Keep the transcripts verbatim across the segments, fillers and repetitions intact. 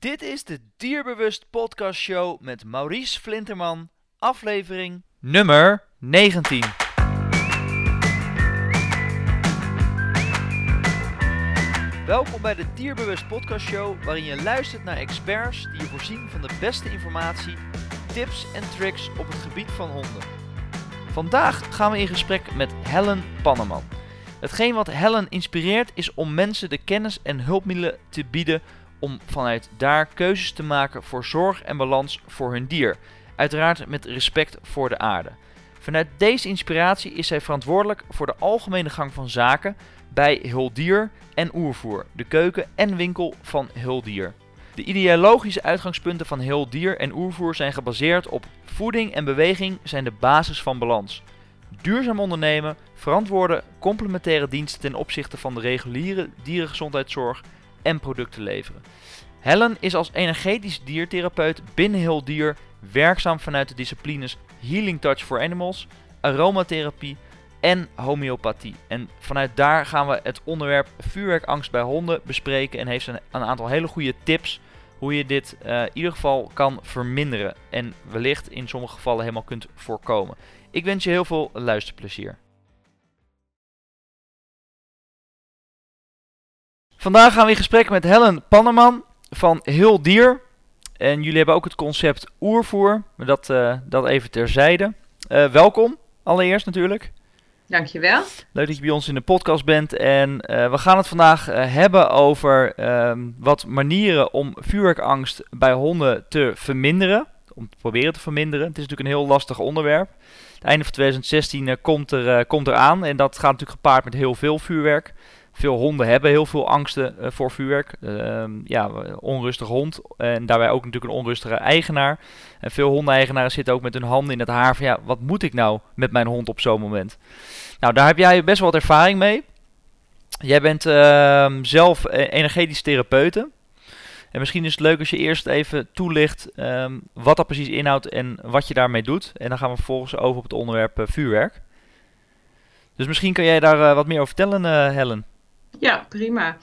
Dit is de Dierbewust Podcast Show met Maurice Flinterman, aflevering nummer negentien. Welkom bij de Dierbewust Podcast Show, waarin je luistert naar experts die je voorzien van de beste informatie, tips en tricks op het gebied van honden. Vandaag gaan we in gesprek met Helen Panneman. Hetgeen wat Helen inspireert is om mensen de kennis en hulpmiddelen te bieden om vanuit daar keuzes te maken voor zorg en balans voor hun dier. Uiteraard met respect voor de aarde. Vanuit deze inspiratie is zij verantwoordelijk voor de algemene gang van zaken bij Huldier en Oervoer, de keuken en winkel van Huldier. De ideologische uitgangspunten van Huldier en Oervoer zijn gebaseerd op voeding en beweging zijn de basis van balans. Duurzaam ondernemen, verantwoorde complementaire diensten ten opzichte van de reguliere dierengezondheidszorg en producten leveren. Helen is als energetisch diertherapeut binnen Huldier werkzaam vanuit de disciplines Healing Touch for Animals, aromatherapie en homeopathie. En vanuit daar gaan we het onderwerp vuurwerkangst bij honden bespreken en heeft ze een, een aantal hele goede tips hoe je dit uh, in ieder geval kan verminderen en wellicht in sommige gevallen helemaal kunt voorkomen. Ik wens je heel veel luisterplezier. Vandaag gaan we in gesprek met Helen Panneman van Huldier. En jullie hebben ook het concept Oervoer, maar dat, uh, dat even terzijde. Uh, welkom, allereerst natuurlijk. Dankjewel. Leuk dat je bij ons in de podcast bent. En uh, we gaan het vandaag uh, hebben over uh, wat manieren om vuurwerkangst bij honden te verminderen. Om te proberen te verminderen. Het is natuurlijk een heel lastig onderwerp. Het einde van twintig zestien uh, komt, er, uh, komt eraan en dat gaat natuurlijk gepaard met heel veel vuurwerk. Veel honden hebben heel veel angsten uh, voor vuurwerk. Uh, ja, onrustig hond en daarbij ook natuurlijk een onrustige eigenaar. En veel hondeneigenaren zitten ook met hun handen in het haar van ja, wat moet ik nou met mijn hond op zo'n moment? Nou, daar heb jij best wel wat ervaring mee. Jij bent uh, zelf energetisch therapeute. En misschien is het leuk als je eerst even toelicht um, wat dat precies inhoudt en wat je daarmee doet. En dan gaan we vervolgens over op het onderwerp uh, vuurwerk. Dus misschien kan jij daar uh, wat meer over vertellen, uh, Helen. Ja, prima.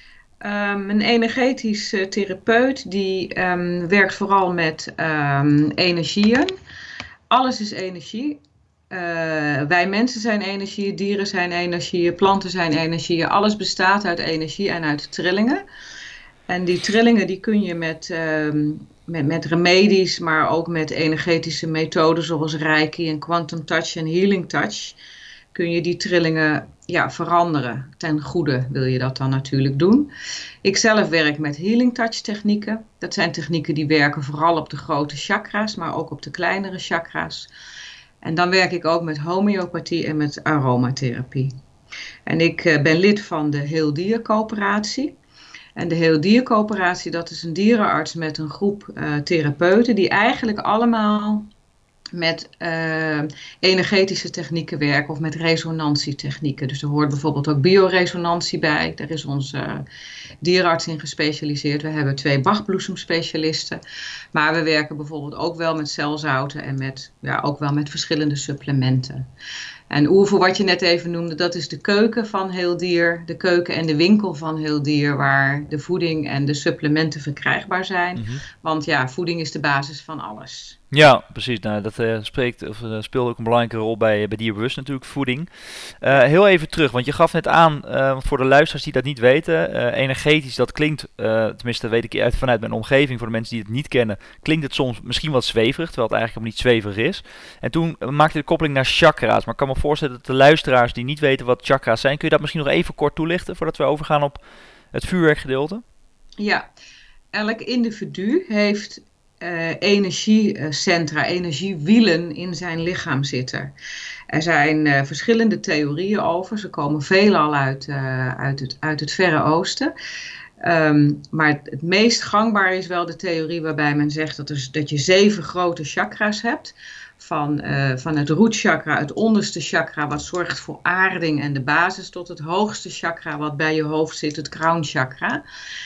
Um, een energetisch uh, therapeut die um, werkt vooral met um, energieën. Alles is energie. Uh, wij mensen zijn energie, dieren zijn energie, planten zijn energie. Alles bestaat uit energie en uit trillingen. En die trillingen die kun je met, um, met, met remedies, maar ook met energetische methoden zoals Reiki en Quantum Touch en Healing Touch, kun je die trillingen ja, veranderen. Ten goede wil je dat dan natuurlijk doen. Ik zelf werk met Healing Touch technieken. Dat zijn technieken die werken vooral op de grote chakra's, maar ook op de kleinere chakra's. En dan werk ik ook met homeopathie en met aromatherapie. En ik uh, ben lid van de Huldier Coöperatie. En de Huldier Coöperatie, dat is een dierenarts met een groep uh, therapeuten die eigenlijk allemaal met uh, energetische technieken werken of met resonantietechnieken. Dus er hoort bijvoorbeeld ook bioresonantie bij. Daar is onze uh, dierenarts in gespecialiseerd. We hebben twee bachbloesemspecialisten. Maar we werken bijvoorbeeld ook wel met celzouten en met, ja, ook wel met verschillende supplementen. En Oervoer, wat je net even noemde, dat is de keuken van Huldier, de keuken en de winkel van Huldier, waar de voeding en de supplementen verkrijgbaar zijn. Mm-hmm. Want ja, voeding is de basis van alles. Ja, precies. Nou, dat uh, spreekt, of, uh, speelt ook een belangrijke rol bij, bij Dierbewust natuurlijk, voeding. Uh, heel even terug, want je gaf net aan, uh, voor de luisteraars die dat niet weten, uh, energetisch, dat klinkt, uh, tenminste weet ik uit, vanuit mijn omgeving, voor de mensen die het niet kennen, klinkt het soms misschien wat zweverig, terwijl het eigenlijk helemaal niet zweverig is. En toen uh, maakte de koppeling naar chakra's, maar ik kan me voorstellen dat de luisteraars die niet weten wat chakra's zijn, kun je dat misschien nog even kort toelichten, voordat we overgaan op het vuurwerkgedeelte? Ja, elk individu heeft Uh, energiecentra, energiewielen in zijn lichaam zitten. Er zijn uh, verschillende theorieën over. Ze komen veelal uit, uh, uit, het, uit het Verre Oosten. Um, maar het, het meest gangbaar is wel de theorie waarbij men zegt dat, er, dat je zeven grote chakra's hebt. Van, uh, van het rootchakra, het onderste chakra wat zorgt voor aarding en de basis, tot het hoogste chakra wat bij je hoofd zit, het crown chakra.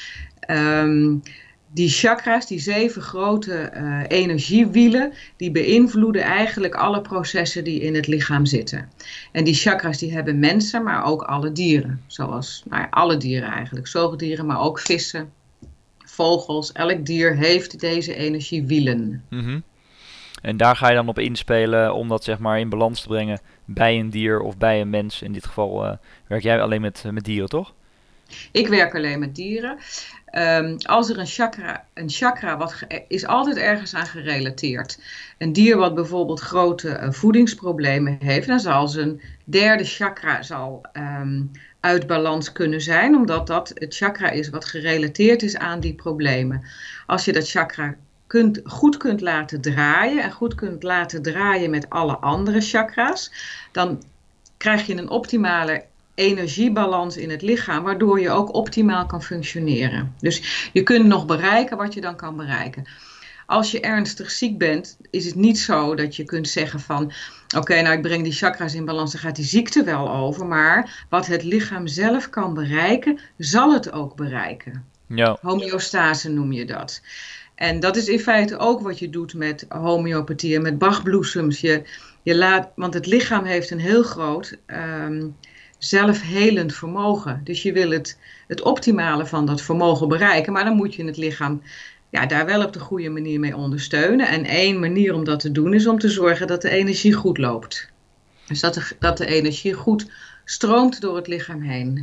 Um, Die chakra's, die zeven grote uh, energiewielen, die beïnvloeden eigenlijk alle processen die in het lichaam zitten. En die chakra's die hebben mensen, maar ook alle dieren. Zoals nou ja, alle dieren eigenlijk. Zoogdieren, maar ook vissen, vogels, elk dier heeft deze energiewielen. Mm-hmm. En daar ga je dan op inspelen om dat zeg maar in balans te brengen bij een dier of bij een mens. In dit geval uh, werk jij alleen met, met dieren, toch? Ik werk alleen met dieren. Um, als er een chakra, een chakra wat ge- is altijd ergens aan gerelateerd. Een dier wat bijvoorbeeld grote uh, voedingsproblemen heeft, dan zal zijn derde chakra zal, um, uit balans kunnen zijn, omdat dat het chakra is wat gerelateerd is aan die problemen. Als je dat chakra kunt, goed kunt laten draaien en goed kunt laten draaien met alle andere chakra's, dan krijg je een optimale energiebalans in het lichaam, waardoor je ook optimaal kan functioneren. Dus je kunt nog bereiken wat je dan kan bereiken. Als je ernstig ziek bent, is het niet zo dat je kunt zeggen van, oké, okay, nou ik breng die chakras in balans, dan gaat die ziekte wel over, maar wat het lichaam zelf kan bereiken, zal het ook bereiken. Ja. Homeostase noem je dat. En dat is in feite ook wat je doet met homeopathie en met bachbloesems. Je, je laat, want het lichaam heeft een heel groot Um, zelfhelend vermogen. Dus je wil het, het optimale van dat vermogen bereiken, maar dan moet je het lichaam ja, daar wel op de goede manier mee ondersteunen. En één manier om dat te doen is om te zorgen dat de energie goed loopt. Dus dat de, dat de energie goed stroomt door het lichaam heen.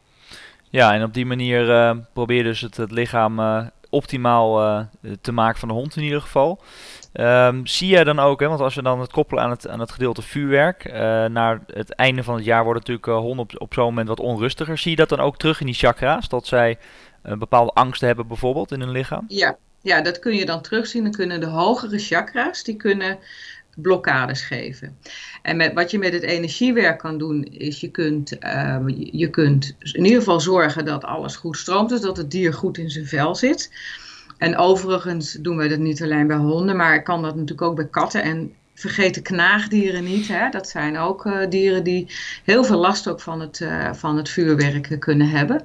Ja, en op die manier uh, probeer je dus het, het lichaam uh, optimaal uh, te maken van de hond in ieder geval. Um, zie jij dan ook, hè, want als we dan het koppelen aan het, aan het gedeelte vuurwerk, uh, naar het einde van het jaar worden natuurlijk uh, honden op, op zo'n moment wat onrustiger. Zie je dat dan ook terug in die chakra's, dat zij uh, bepaalde angsten hebben bijvoorbeeld in hun lichaam? Ja, ja, dat kun je dan terugzien. Dan kunnen de hogere chakra's, die kunnen blokkades geven. En met, wat je met het energiewerk kan doen, is je kunt, uh, je kunt in ieder geval zorgen dat alles goed stroomt, dus dat het dier goed in zijn vel zit. En overigens doen we dat niet alleen bij honden, maar ik kan dat natuurlijk ook bij katten. En vergeet de knaagdieren niet. Hè? Dat zijn ook uh, dieren die heel veel last ook van het, uh, van het vuurwerk uh, kunnen hebben.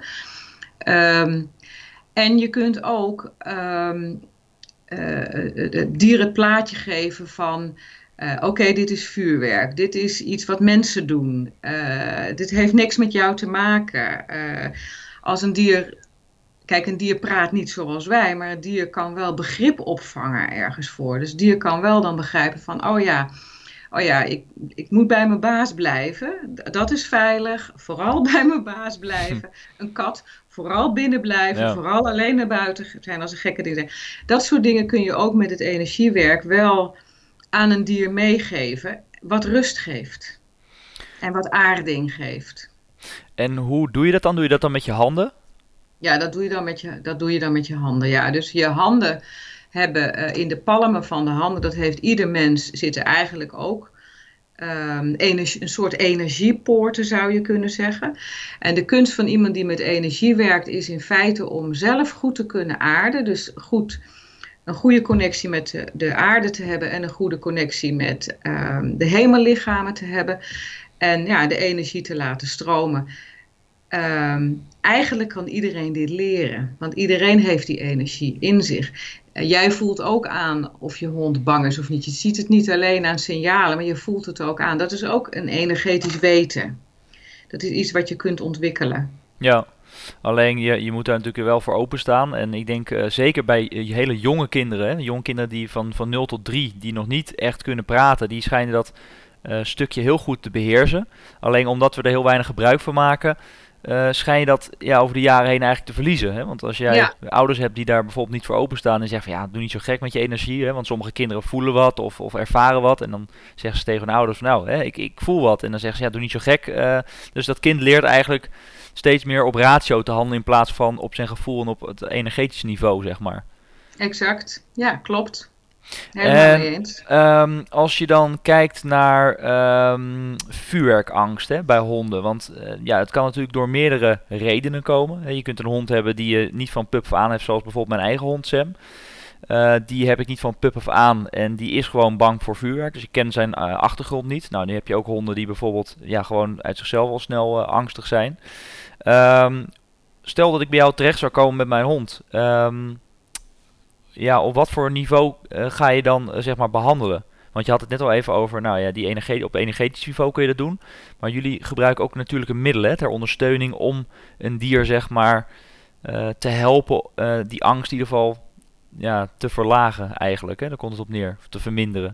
Um, en je kunt ook um, uh, het dier het plaatje geven van Uh, Oké, okay, dit is vuurwerk. Dit is iets wat mensen doen. Uh, dit heeft niks met jou te maken. Uh, als een dier... Kijk, een dier praat niet zoals wij, maar een dier kan wel begrip opvangen ergens voor. Dus een dier kan wel dan begrijpen van, oh ja, oh ja ik, ik moet bij mijn baas blijven. Dat is veilig. Vooral bij mijn baas blijven. Een kat, vooral binnen blijven. Ja. Vooral alleen naar buiten zijn als er gekke dingen zijn. Dat soort dingen kun je ook met het energiewerk wel aan een dier meegeven, wat rust geeft. En wat aarding geeft. En hoe doe je dat dan? Doe je dat dan met je handen? Ja, dat doe je dan met je, dat doe je dan met je handen. Ja, dus je handen hebben uh, in de palmen van de handen, dat heeft ieder mens, zitten eigenlijk ook um, energie, een soort energiepoorten zou je kunnen zeggen. En de kunst van iemand die met energie werkt is in feite om zelf goed te kunnen aarden. Dus goed, een goede connectie met de, de aarde te hebben en een goede connectie met um, de hemellichamen te hebben. En ja, de energie te laten stromen. Um, eigenlijk kan iedereen dit leren, want iedereen heeft die energie in zich. Uh, jij voelt ook aan of je hond bang is of niet. Je ziet het niet alleen aan signalen, maar je voelt het ook aan. Dat is ook een energetisch weten. Dat is iets wat je kunt ontwikkelen. Ja, alleen je, je moet daar natuurlijk wel voor openstaan. En ik denk uh, zeker bij uh, hele jonge kinderen, hè, jonge kinderen die van, van nul tot drie, die nog niet echt kunnen praten, die schijnen dat uh, stukje heel goed te beheersen. Alleen omdat we er heel weinig gebruik van maken, Uh, schijn je dat ja, over de jaren heen eigenlijk te verliezen. Hè? Want als jij ja. ouders hebt die daar bijvoorbeeld niet voor openstaan en zeggen van ja, doe niet zo gek met je energie. Hè? Want sommige kinderen voelen wat of, of ervaren wat. En dan zeggen ze tegen hun ouders van nou, hè, ik, ik voel wat. En dan zeggen ze ja, doe niet zo gek. Uh, dus dat kind leert eigenlijk steeds meer op ratio te handelen in plaats van op zijn gevoel en op het energetische niveau, zeg maar. Exact, ja, klopt. Helemaal mee eens. Um, als je dan kijkt naar um, vuurwerkangst hè, bij honden. Want uh, ja, het kan natuurlijk door meerdere redenen komen. Je kunt een hond hebben die je niet van pup af aan heeft, zoals bijvoorbeeld mijn eigen hond Sam. Uh, die heb ik niet van pup af aan en die is gewoon bang voor vuurwerk. Dus ik ken zijn uh, achtergrond niet. Nou, nu heb je ook honden die bijvoorbeeld ja, gewoon uit zichzelf al snel uh, angstig zijn. Um, stel dat ik bij jou terecht zou komen met mijn hond. Um, Ja, op wat voor niveau uh, ga je dan uh, zeg maar behandelen? Want je had het net al even over, nou ja, die energie, op energetisch niveau kun je dat doen. Maar jullie gebruiken ook natuurlijke middelen hè, ter ondersteuning om een dier zeg maar uh, te helpen uh, die angst in ieder geval ja, te verlagen eigenlijk. Hè? Daar komt het op neer, te verminderen.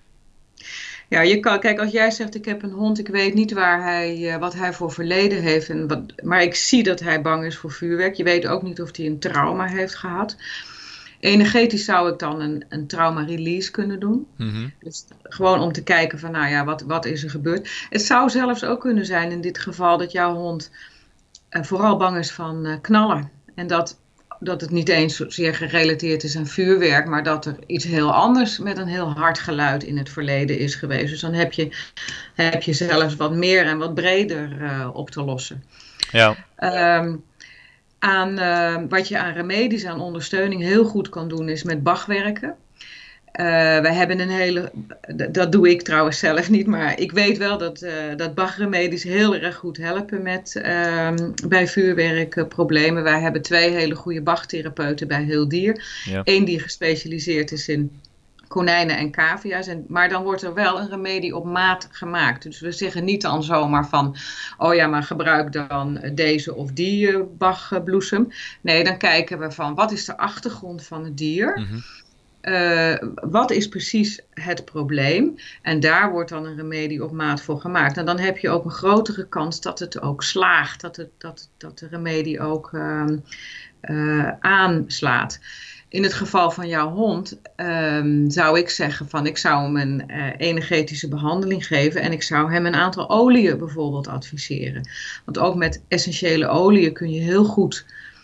Ja, je kan, kijk, als jij zegt ik heb een hond, ik weet niet waar hij, uh, wat hij voor verleden heeft, en wat, maar ik zie dat hij bang is voor vuurwerk. Je weet ook niet of hij een trauma heeft gehad. Energetisch zou ik dan een, een trauma-release kunnen doen. Mm-hmm. Dus gewoon om te kijken van, nou ja, wat, wat is er gebeurd. Het zou zelfs ook kunnen zijn in dit geval dat jouw hond uh, vooral bang is van uh, knallen. En dat, dat het niet eens zeer gerelateerd is aan vuurwerk, maar dat er iets heel anders met een heel hard geluid in het verleden is geweest. Dus dan heb je, heb je zelfs wat meer en wat breder uh, op te lossen. Ja. Um, Aan, uh, wat je aan remedies, aan ondersteuning heel goed kan doen, is met Bach werken. Uh, we hebben een hele, d- dat doe ik trouwens zelf niet, maar ik weet wel dat, uh, dat Bach-remedies heel erg goed helpen met, uh, bij vuurwerkproblemen. Wij hebben twee hele goede Bach-therapeuten bij Heel Dier. Ja. Eén die gespecialiseerd is in konijnen en cavia's. En, maar dan wordt er wel een remedie op maat gemaakt. Dus we zeggen niet dan zomaar van, oh ja, maar gebruik dan deze of die uh, Bachbloesem. Nee, dan kijken we van, wat is de achtergrond van het dier? Mm-hmm. Uh, wat is precies het probleem? En daar wordt dan een remedie op maat voor gemaakt. En dan heb je ook een grotere kans dat het ook slaagt. Dat, het, dat, dat de remedie ook uh, uh, aanslaat. In het geval van jouw hond um, zou ik zeggen van ik zou hem een uh, energetische behandeling geven en ik zou hem een aantal oliën bijvoorbeeld adviseren. Want ook met essentiële oliën kun je heel goed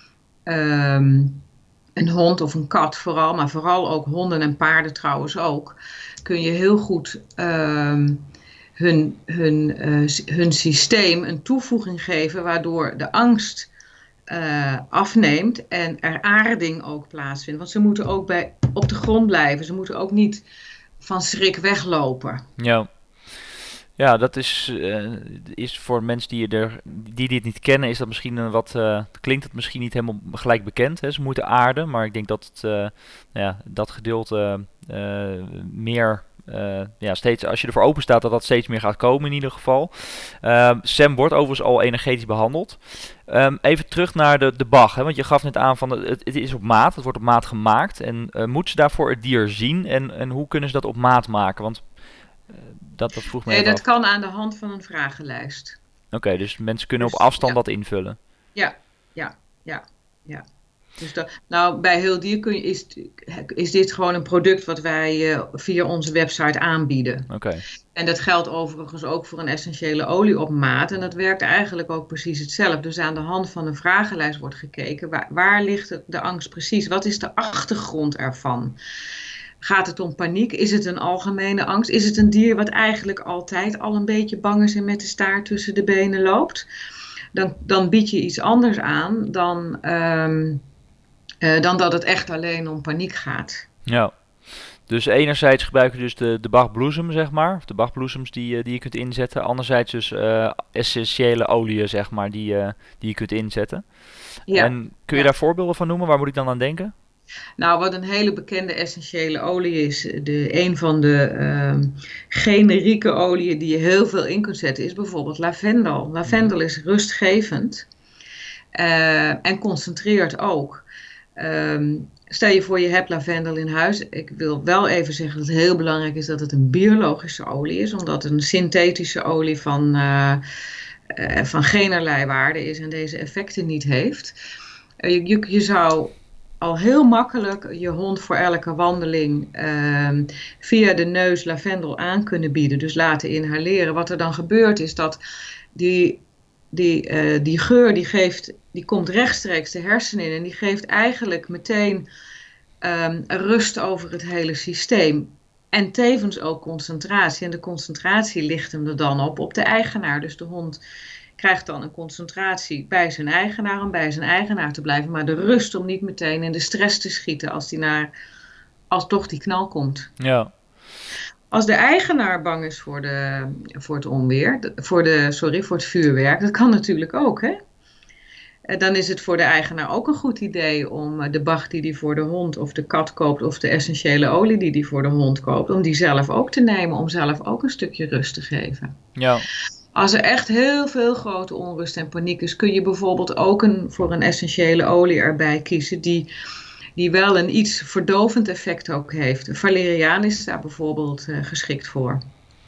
um, een hond of een kat vooral, maar vooral ook honden en paarden trouwens ook, kun je heel goed um, hun, hun, uh, hun systeem een toevoeging geven waardoor de angst Uh, afneemt en er aarding ook plaatsvindt. Want ze moeten ook bij, op de grond blijven. Ze moeten ook niet van schrik weglopen. Ja, ja dat is, uh, is voor mensen die, er, die dit niet kennen, is dat misschien een wat, uh, klinkt het misschien niet helemaal gelijk bekend. Hè? Ze moeten aarden, maar ik denk dat het, uh, nou ja, dat gedeelte uh, meer... Uh, ja, steeds, als je ervoor open staat dat dat steeds meer gaat komen in ieder geval. Uh, Sam wordt overigens al energetisch behandeld. Um, even terug naar de, de Bach, hè, want je gaf net aan van het, het is op maat, het wordt op maat gemaakt. En uh, moeten ze daarvoor het dier zien en, en hoe kunnen ze dat op maat maken? Want uh, dat, dat vroeg me Nee, even dat af. kan aan de hand van een vragenlijst. Oké, okay, dus mensen kunnen dus, op afstand ja. dat invullen. Ja, ja, ja, ja. Dus dat, nou, bij Heel Dier kun je, is, is dit gewoon een product wat wij uh, via onze website aanbieden. Okay. En dat geldt overigens ook voor een essentiële olie op maat. En dat werkt eigenlijk ook precies hetzelfde. Dus aan de hand van een vragenlijst wordt gekeken. Waar, waar ligt het, de angst precies? Wat is de achtergrond ervan? Gaat het om paniek? Is het een algemene angst? Is het een dier wat eigenlijk altijd al een beetje bang is en met de staart tussen de benen loopt? Dan, dan bied je iets anders aan dan... Um, Uh, dan dat het echt alleen om paniek gaat. Ja, dus enerzijds gebruik je dus de, de Bachbloesem, zeg maar. Of de Bachbloesems die, die je kunt inzetten. Anderzijds dus uh, essentiële oliën, zeg maar, die, uh, die je kunt inzetten. Ja. En kun je ja. daar voorbeelden van noemen? Waar moet ik dan aan denken? Nou, wat een hele bekende essentiële olie is, de, een van de uh, generieke oliën die je heel veel in kunt zetten, is bijvoorbeeld lavendel. Lavendel is rustgevend uh, en concentreert ook. Um, stel je voor je hebt lavendel in huis. Ik wil wel even zeggen dat het heel belangrijk is dat het een biologische olie is. Omdat het een synthetische olie van, uh, uh, van geenerlei waarde is en deze effecten niet heeft. Uh, je, je, je zou al heel makkelijk je hond voor elke wandeling uh, via de neus lavendel aan kunnen bieden. Dus laten inhaleren. Wat er dan gebeurt is dat die... Die, uh, die geur die geeft, die komt rechtstreeks de hersenen in en die geeft eigenlijk meteen um, rust over het hele systeem. En tevens ook concentratie. En de concentratie ligt hem er dan op, op de eigenaar. Dus de hond krijgt dan een concentratie bij zijn eigenaar om bij zijn eigenaar te blijven. Maar de rust om niet meteen in de stress te schieten als, die naar, als toch die knal komt. Ja. Als de eigenaar bang is voor, de, voor het onweer, voor, de, sorry, voor het vuurwerk, dat kan natuurlijk ook, hè? Dan is het voor de eigenaar ook een goed idee om de Bach die hij voor de hond of de kat koopt, of de essentiële olie die hij voor de hond koopt, om die zelf ook te nemen, om zelf ook een stukje rust te geven. Ja. Als er echt heel veel grote onrust en paniek is, kun je bijvoorbeeld ook een, voor een essentiële olie erbij kiezen die, die wel een iets verdovend effect ook heeft. Valeriaan is daar bijvoorbeeld uh, geschikt voor.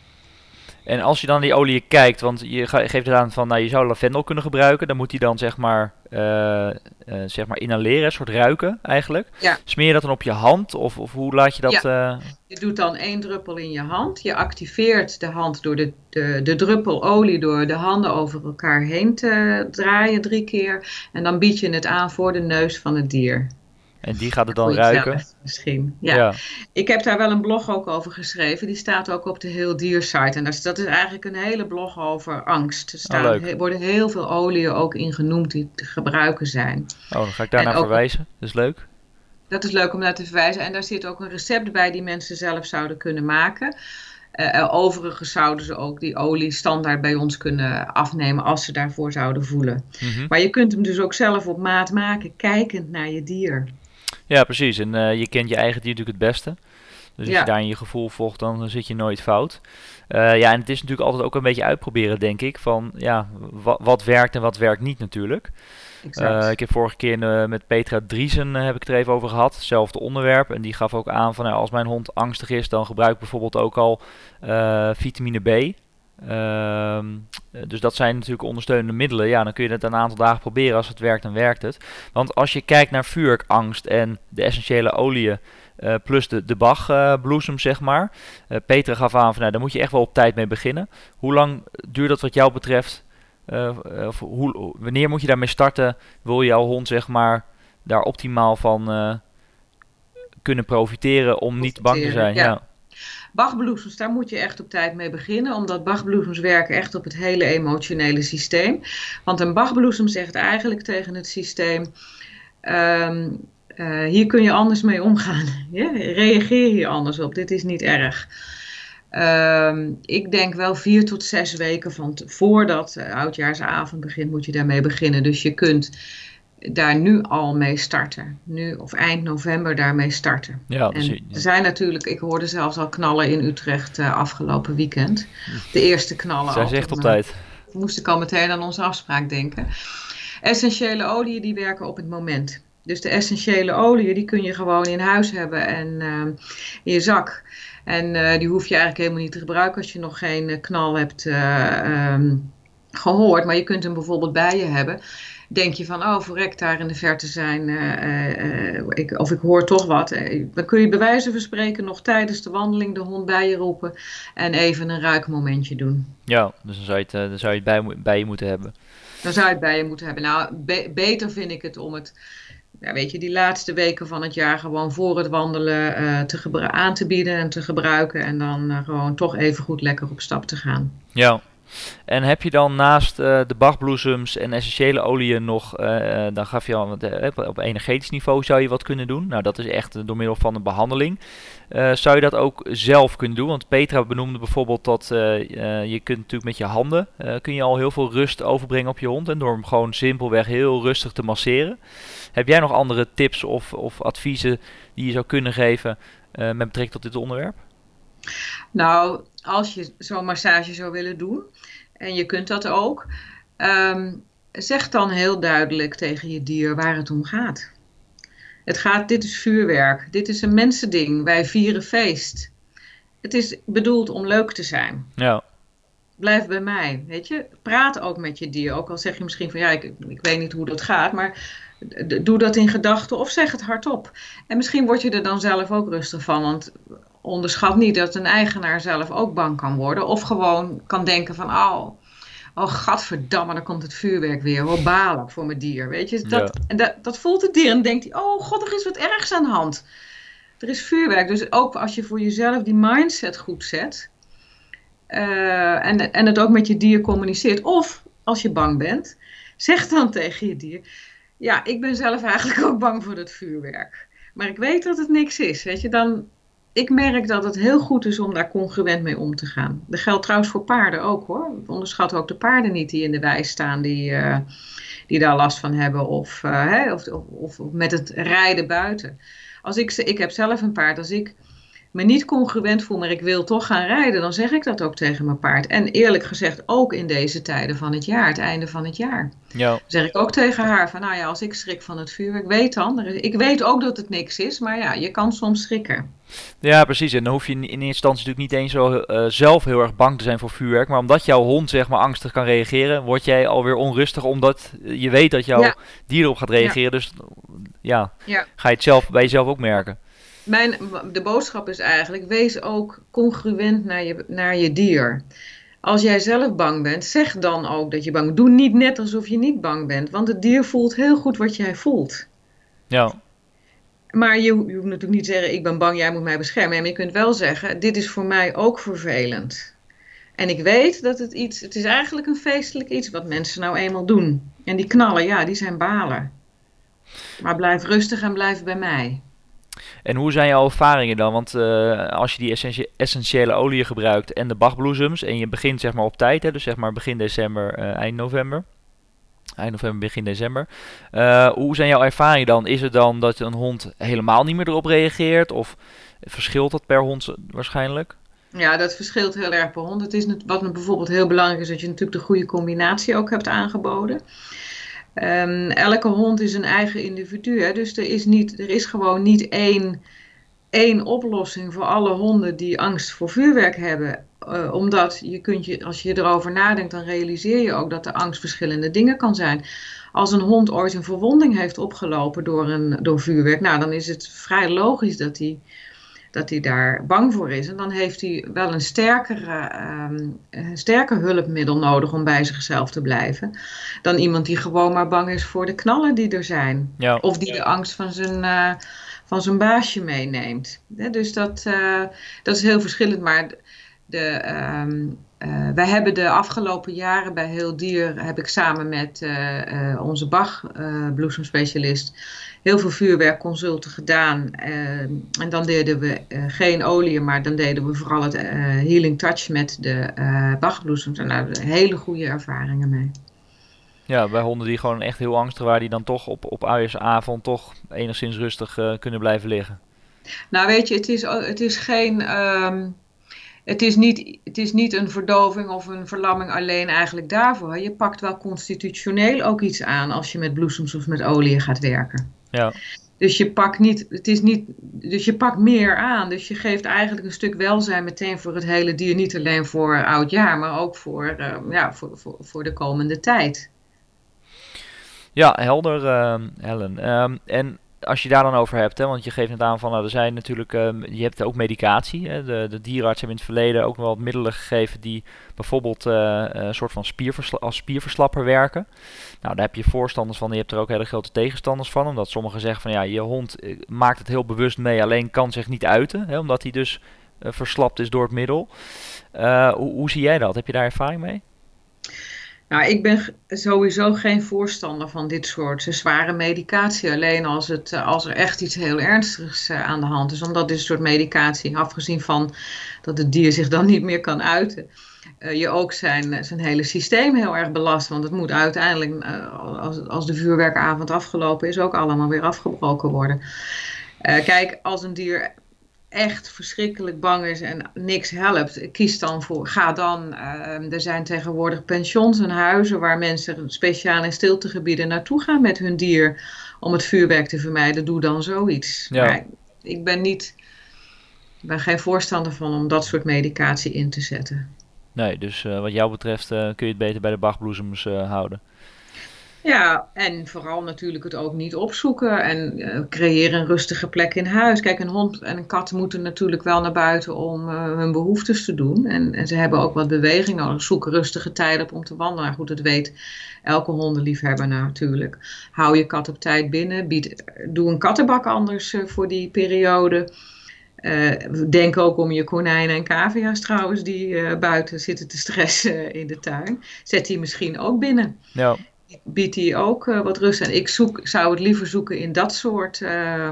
En als je dan die olie kijkt, want je geeft het aan van, nou, je zou lavendel kunnen gebruiken, dan moet die dan zeg maar, uh, uh, zeg maar inhaleren, een soort ruiken eigenlijk. Ja. Smeer je dat dan op je hand of, of hoe laat je dat? Ja. Uh... Je doet dan één druppel in je hand. Je activeert de hand door de, de, de druppel olie door de handen over elkaar heen te draaien drie keer. En dan bied je het aan voor de neus van het dier. En die gaat het dan ruiken? Misschien, ja. ja. Ik heb daar wel een blog ook over geschreven. Die staat ook op de Heel Dier site. En dat is, dat is eigenlijk een hele blog over angst. Er staan, oh, he, worden heel veel oliën ook in genoemd die te gebruiken zijn. Oh, dan ga ik daar naar verwijzen. Dat is leuk. Dat is leuk om naar te verwijzen. En daar zit ook een recept bij die mensen zelf zouden kunnen maken. Uh, overigens zouden ze ook die olie standaard bij ons kunnen afnemen als ze daarvoor zouden voelen. Mm-hmm. Maar je kunt hem dus ook zelf op maat maken, kijkend naar je dier. Ja, precies. En uh, je kent je eigen dier natuurlijk het beste. Dus als ja. je daar in je gevoel volgt, dan zit je nooit fout. Uh, ja, en het is natuurlijk altijd ook een beetje uitproberen, denk ik. Van ja, wat, wat werkt en wat werkt niet natuurlijk. Uh, ik heb vorige keer uh, met Petra Driesen uh, heb ik het er even over gehad. Hetzelfde onderwerp. En die gaf ook aan van nou, als mijn hond angstig is, dan gebruik ik bijvoorbeeld ook al uh, vitamine B. Uh, dus dat zijn natuurlijk ondersteunende middelen. Ja, dan kun je het een aantal dagen proberen. Als het werkt, dan werkt het. Want als je kijkt naar vuurangst en de essentiële oliën uh, plus de, de Bach-bloesem, uh, zeg maar. Uh, Petra gaf aan van nou, daar moet je echt wel op tijd mee beginnen. Hoe lang duurt dat wat jou betreft? Uh, of hoe, wanneer moet je daarmee starten? Wil jouw hond zeg maar daar optimaal van uh, kunnen profiteren om niet bang te zijn? Ja. Ja. Bachbloesems, daar moet je echt op tijd mee beginnen, omdat Bachbloesems werken echt op het hele emotionele systeem. Want een Bachbloesem zegt eigenlijk tegen het systeem, um, uh, hier kun je anders mee omgaan. Ja? Reageer hier anders op, dit is niet erg. Um, ik denk wel vier tot zes weken van te, voordat uh, oudjaarsavond begint, moet je daarmee beginnen. Dus je kunt daar nu al mee starten. Nu of eind november daarmee starten. Ja, en er zijn natuurlijk, ik hoorde zelfs al knallen in Utrecht uh, afgelopen weekend. De eerste knallen. Zij zegt op tijd. Moest ik al meteen aan onze afspraak denken. Essentiële oliën die werken op het moment. Dus de essentiële oliën die kun je gewoon in huis hebben en uh, in je zak. En uh, die hoef je eigenlijk helemaal niet te gebruiken als je nog geen uh, knal hebt uh, um, gehoord. Maar je kunt hem bijvoorbeeld bij je hebben. Denk je van, oh verrek, daar in de verte zijn, uh, uh, ik, of ik hoor toch wat. Uh, dan kun je bij wijze van spreken nog tijdens de wandeling de hond bij je roepen. En even een ruikmomentje doen. Ja, dus dan zou je het, uh, dan zou je het bij, bij je moeten hebben. Dan zou je het bij je moeten hebben. Nou, be- beter vind ik het om het... Ja, weet je, die laatste weken van het jaar gewoon voor het wandelen uh, te gebru- aan te bieden en te gebruiken. En dan uh, gewoon toch even goed lekker op stap te gaan. Ja, en heb je dan naast uh, de Bachbloesems en essentiële oliën nog, uh, dan gaf je al, uh, op energetisch niveau zou je wat kunnen doen. Nou, dat is echt uh, door middel van een behandeling. Uh, zou je dat ook zelf kunnen doen? Want Petra benoemde bijvoorbeeld dat uh, uh, je kunt natuurlijk met je handen, uh, kun je al heel veel rust overbrengen op je hond. En door hem gewoon simpelweg heel rustig te masseren. Heb jij nog andere tips of, of adviezen die je zou kunnen geven uh, met betrekking tot dit onderwerp? Nou, als je zo'n massage zou willen doen, en je kunt dat ook, um, zeg dan heel duidelijk tegen je dier waar het om gaat. Het gaat, dit is vuurwerk, dit is een mensending, wij vieren feest. Het is bedoeld om leuk te zijn. Ja. Blijf bij mij, weet je. Praat ook met je dier, ook al zeg je misschien van ja, ik, ik weet niet hoe dat gaat, maar doe dat in gedachten of zeg het hardop. En misschien word je er dan zelf ook rustig van, want onderschat niet dat een eigenaar zelf ook bang kan worden. Of gewoon kan denken van, oh, oh gadverdamme, dan komt het vuurwerk weer. Hoe balen voor mijn dier, weet je. Dat, ja. En dat, dat voelt het dier en denkt hij, oh god, er is wat ergs aan de hand. Er is vuurwerk. Dus ook als je voor jezelf die mindset goed zet. Uh, en, en het ook met je dier communiceert. Of als je bang bent, zeg dan tegen je dier, ja, ik ben zelf eigenlijk ook bang voor dat vuurwerk. Maar ik weet dat het niks is, weet je. Dan, ik merk dat het heel goed is om daar congruent mee om te gaan. Dat geldt trouwens voor paarden ook, hoor. Onderschat ook de paarden niet die in de wei staan, die, uh, die daar last van hebben. Of, uh, hè, of, of, of met het rijden buiten. Als ik, ik heb zelf een paard, als ik me niet congruent voel, maar ik wil toch gaan rijden, dan zeg ik dat ook tegen mijn paard. En eerlijk gezegd ook in deze tijden van het jaar, het einde van het jaar. Ja. Dan zeg ik ook tegen haar van, nou ja, als ik schrik van het vuurwerk, weet dan. Ik weet ook dat het niks is, maar ja, je kan soms schrikken. Ja, precies. En dan hoef je in eerste instantie natuurlijk niet eens zo uh, zelf heel erg bang te zijn voor vuurwerk. Maar omdat jouw hond zeg maar angstig kan reageren, word jij alweer onrustig omdat je weet dat jouw ja. dier erop gaat reageren. Ja. Dus ja, ja, ga je het zelf bij jezelf ook merken. Mijn, de boodschap is eigenlijk, wees ook congruent naar je, naar je dier. Als jij zelf bang bent, zeg dan ook dat je bang bent. Doe niet net alsof je niet bang bent, want het dier voelt heel goed wat jij voelt. Ja. Maar je, je hoeft natuurlijk niet te zeggen, ik ben bang, jij moet mij beschermen. Maar je kunt wel zeggen, dit is voor mij ook vervelend. En ik weet dat het iets, het is eigenlijk een feestelijk iets wat mensen nou eenmaal doen. En die knallen, ja, die zijn balen. Maar blijf rustig en blijf bij mij. En hoe zijn jouw ervaringen dan? Want uh, als je die essentie- essentiële oliën gebruikt en de bachbloesems en je begint zeg maar op tijd, hè, dus zeg maar begin december, uh, eind november. Eind november, begin december. Uh, hoe zijn jouw ervaringen dan? Is het dan dat een hond helemaal niet meer erop reageert? Of verschilt dat per hond waarschijnlijk? Ja, dat verschilt heel erg per hond. Het is net, wat bijvoorbeeld heel belangrijk is, dat je natuurlijk de goede combinatie ook hebt aangeboden. Um, elke hond is een eigen individu, hè? Dus er is, niet, er is gewoon niet één, één oplossing voor alle honden die angst voor vuurwerk hebben. Uh, omdat je kunt je, als je erover nadenkt, dan realiseer je ook dat de angst verschillende dingen kan zijn. Als een hond ooit een verwonding heeft opgelopen door, een, door vuurwerk, nou, dan is het vrij logisch dat hij, dat hij daar bang voor is. En dan heeft hij wel een sterkere, um, een sterker hulpmiddel nodig om bij zichzelf te blijven. Dan iemand die gewoon maar bang is voor de knallen die er zijn. Ja. Of die de angst van zijn, uh, van zijn baasje meeneemt. Ja, dus dat, uh, dat is heel verschillend. Maar de, um, uh, wij hebben de afgelopen jaren bij Heel Dier, heb ik samen met uh, uh, onze Bach-bloesemspecialist uh, heel veel vuurwerkconsulten gedaan. Uh, en dan deden we uh, geen olie, maar dan deden we vooral het uh, Healing Touch met de uh, Bach-bloesems. En daar hebben we hele goede ervaringen mee. Ja, bij honden die gewoon echt heel angstig waren, die dan toch op, op uiersavond toch enigszins rustig uh, kunnen blijven liggen. Nou weet je, het is, het is geen... Um, Het is, niet, het is niet een verdoving of een verlamming alleen eigenlijk daarvoor. Je pakt wel constitutioneel ook iets aan als je met bloesems of met olie gaat werken. Ja. Dus je pakt niet, het is niet, dus je pakt meer aan. Dus je geeft eigenlijk een stuk welzijn meteen voor het hele dier. Niet alleen voor oudjaar, maar ook voor, uh, ja, voor, voor, voor de komende tijd. Ja, helder, uh, Helen. Um, en als je daar dan over hebt, hè, want je geeft het aan van, nou, er zijn natuurlijk, um, je hebt ook medicatie. Hè, de, de dierenarts hebben in het verleden ook wel wat middelen gegeven die bijvoorbeeld uh, een soort van spierversla- als spierverslapper werken. Nou, daar heb je voorstanders van, je hebt er ook hele grote tegenstanders van, omdat sommigen zeggen van, ja, je hond maakt het heel bewust mee, alleen kan zich niet uiten, hè, omdat hij dus uh, verslapt is door het middel. Uh, hoe, hoe zie jij dat? Heb je daar ervaring mee? Nou, ik ben sowieso geen voorstander van dit soort zware medicatie. Alleen als, het, als er echt iets heel ernstigs aan de hand is. Omdat dit soort medicatie, afgezien van dat het dier zich dan niet meer kan uiten, uh, je ook zijn, zijn hele systeem heel erg belast. Want het moet uiteindelijk, uh, als, als de vuurwerkavond afgelopen is, ook allemaal weer afgebroken worden. Uh, kijk, als een dier echt verschrikkelijk bang is en niks helpt, kies dan voor, ga dan, uh, er zijn tegenwoordig pensions en huizen waar mensen speciaal in stiltegebieden naartoe gaan met hun dier om het vuurwerk te vermijden, doe dan zoiets. Ja. Maar ik ben niet, ik ben geen voorstander van om dat soort medicatie in te zetten. Nee, dus uh, wat jou betreft uh, kun je het beter bij de Bach-bloesems uh, houden. Ja, en vooral natuurlijk het ook niet opzoeken en uh, creëer een rustige plek in huis. Kijk, een hond en een kat moeten natuurlijk wel naar buiten om uh, hun behoeftes te doen. En, en ze hebben ook wat beweging nodig. Zoek rustige tijden op om te wandelen. Nou, goed, dat weet elke hondenliefhebber natuurlijk. Hou je kat op tijd binnen. Bied, doe een kattenbak anders uh, voor die periode. Uh, denk ook om je konijnen en cavia's trouwens die uh, buiten zitten te stressen uh, in de tuin. Zet die misschien ook binnen. Ja. Biedt die ook uh, wat rust. En ik zoek, zou het liever zoeken in dat soort, uh,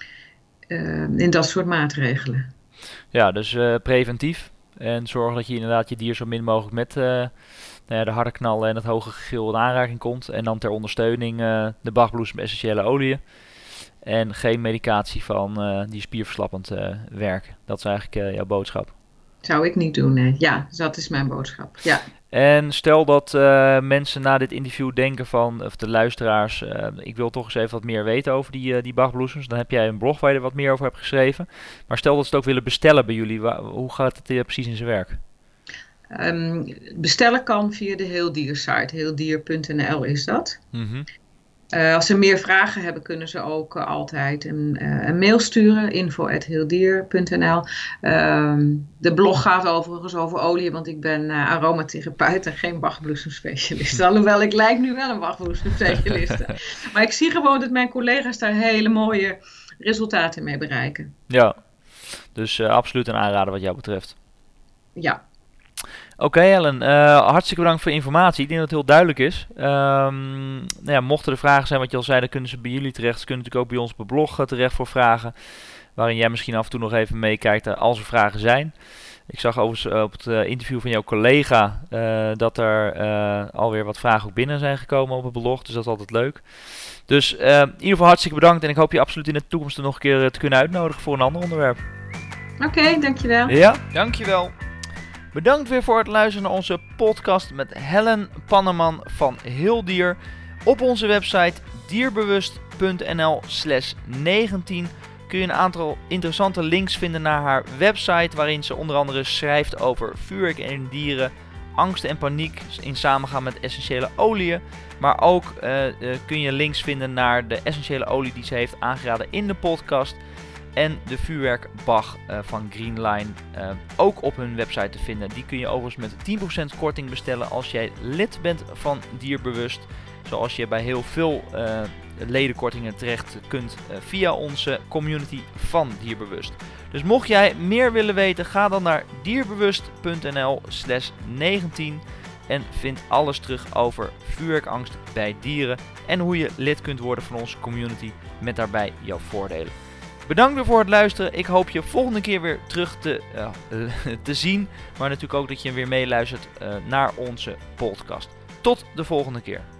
uh, in dat soort maatregelen. Ja, dus uh, preventief. En zorg dat je inderdaad je dier zo min mogelijk met uh, nou ja, de harde knallen en het hoge gegil in aanraking komt. En dan ter ondersteuning uh, de Bach-bloesem essentiële oliën. En geen medicatie van uh, die spierverslappend uh, werken. Dat is eigenlijk uh, jouw boodschap. Zou ik niet doen, nee. Ja, dus dat is mijn boodschap. Ja. En stel dat uh, mensen na dit interview denken van, of de luisteraars, uh, ik wil toch eens even wat meer weten over die, uh, die Bachbloesems. Dan heb jij een blog waar je er wat meer over hebt geschreven. Maar stel dat ze het ook willen bestellen bij jullie. Waar, hoe gaat het uh, precies in zijn werk? Um, bestellen kan via de Heeldier-site. heeldier punt n l is dat. Mm-hmm. Uh, als ze meer vragen hebben, kunnen ze ook uh, altijd een, uh, een mail sturen. info at heeldier punt n l. Uh, de blog gaat overigens over olie, want ik ben uh, aromatherapeut en geen Bachbloesemspecialist. Alhoewel, ik lijk nu wel een Bachbloesemspecialist. Maar ik zie gewoon dat mijn collega's daar hele mooie resultaten mee bereiken. Ja, dus uh, absoluut een aanrader wat jou betreft. Ja. Oké okay, Ellen, uh, hartstikke bedankt voor de informatie. Ik denk dat het heel duidelijk is. Um, nou ja, mochten er vragen zijn wat je al zei, dan kunnen ze bij jullie terecht. Ze kunnen natuurlijk ook bij ons op het blog uh, terecht voor vragen. Waarin jij misschien af en toe nog even meekijkt uh, als er vragen zijn. Ik zag overigens uh, op het uh, interview van jouw collega uh, dat er uh, alweer wat vragen ook binnen zijn gekomen op het blog. Dus dat is altijd leuk. Dus uh, in ieder geval hartstikke bedankt. En ik hoop je absoluut in de toekomst er nog een keer uh, te kunnen uitnodigen voor een ander onderwerp. Oké, okay, dankjewel. Ja, dankjewel. Bedankt weer voor het luisteren naar onze podcast met Helen Panneman van Heeldier. Op onze website dierbewust punt n l slash negentien kun je een aantal interessante links vinden naar haar website, waarin ze onder andere schrijft over vuurwerk en dieren, angst en paniek in samengaan met essentiële oliën. Maar ook uh, uh, kun je links vinden naar de essentiële olie die ze heeft aangeraden in de podcast. En de vuurwerkbag uh, van Greenline uh, ook op hun website te vinden. Die kun je overigens met tien procent korting bestellen als jij lid bent van Dierbewust. Zoals je bij heel veel uh, ledenkortingen terecht kunt uh, via onze community van Dierbewust. Dus mocht jij meer willen weten, ga dan naar dierbewust punt n l slash negentien en vind alles terug over vuurwerkangst bij dieren en hoe je lid kunt worden van onze community met daarbij jouw voordelen. Bedankt weer voor het luisteren. Ik hoop je volgende keer weer terug te, uh, te zien. Maar natuurlijk ook dat je weer meeluistert uh, naar onze podcast. Tot de volgende keer.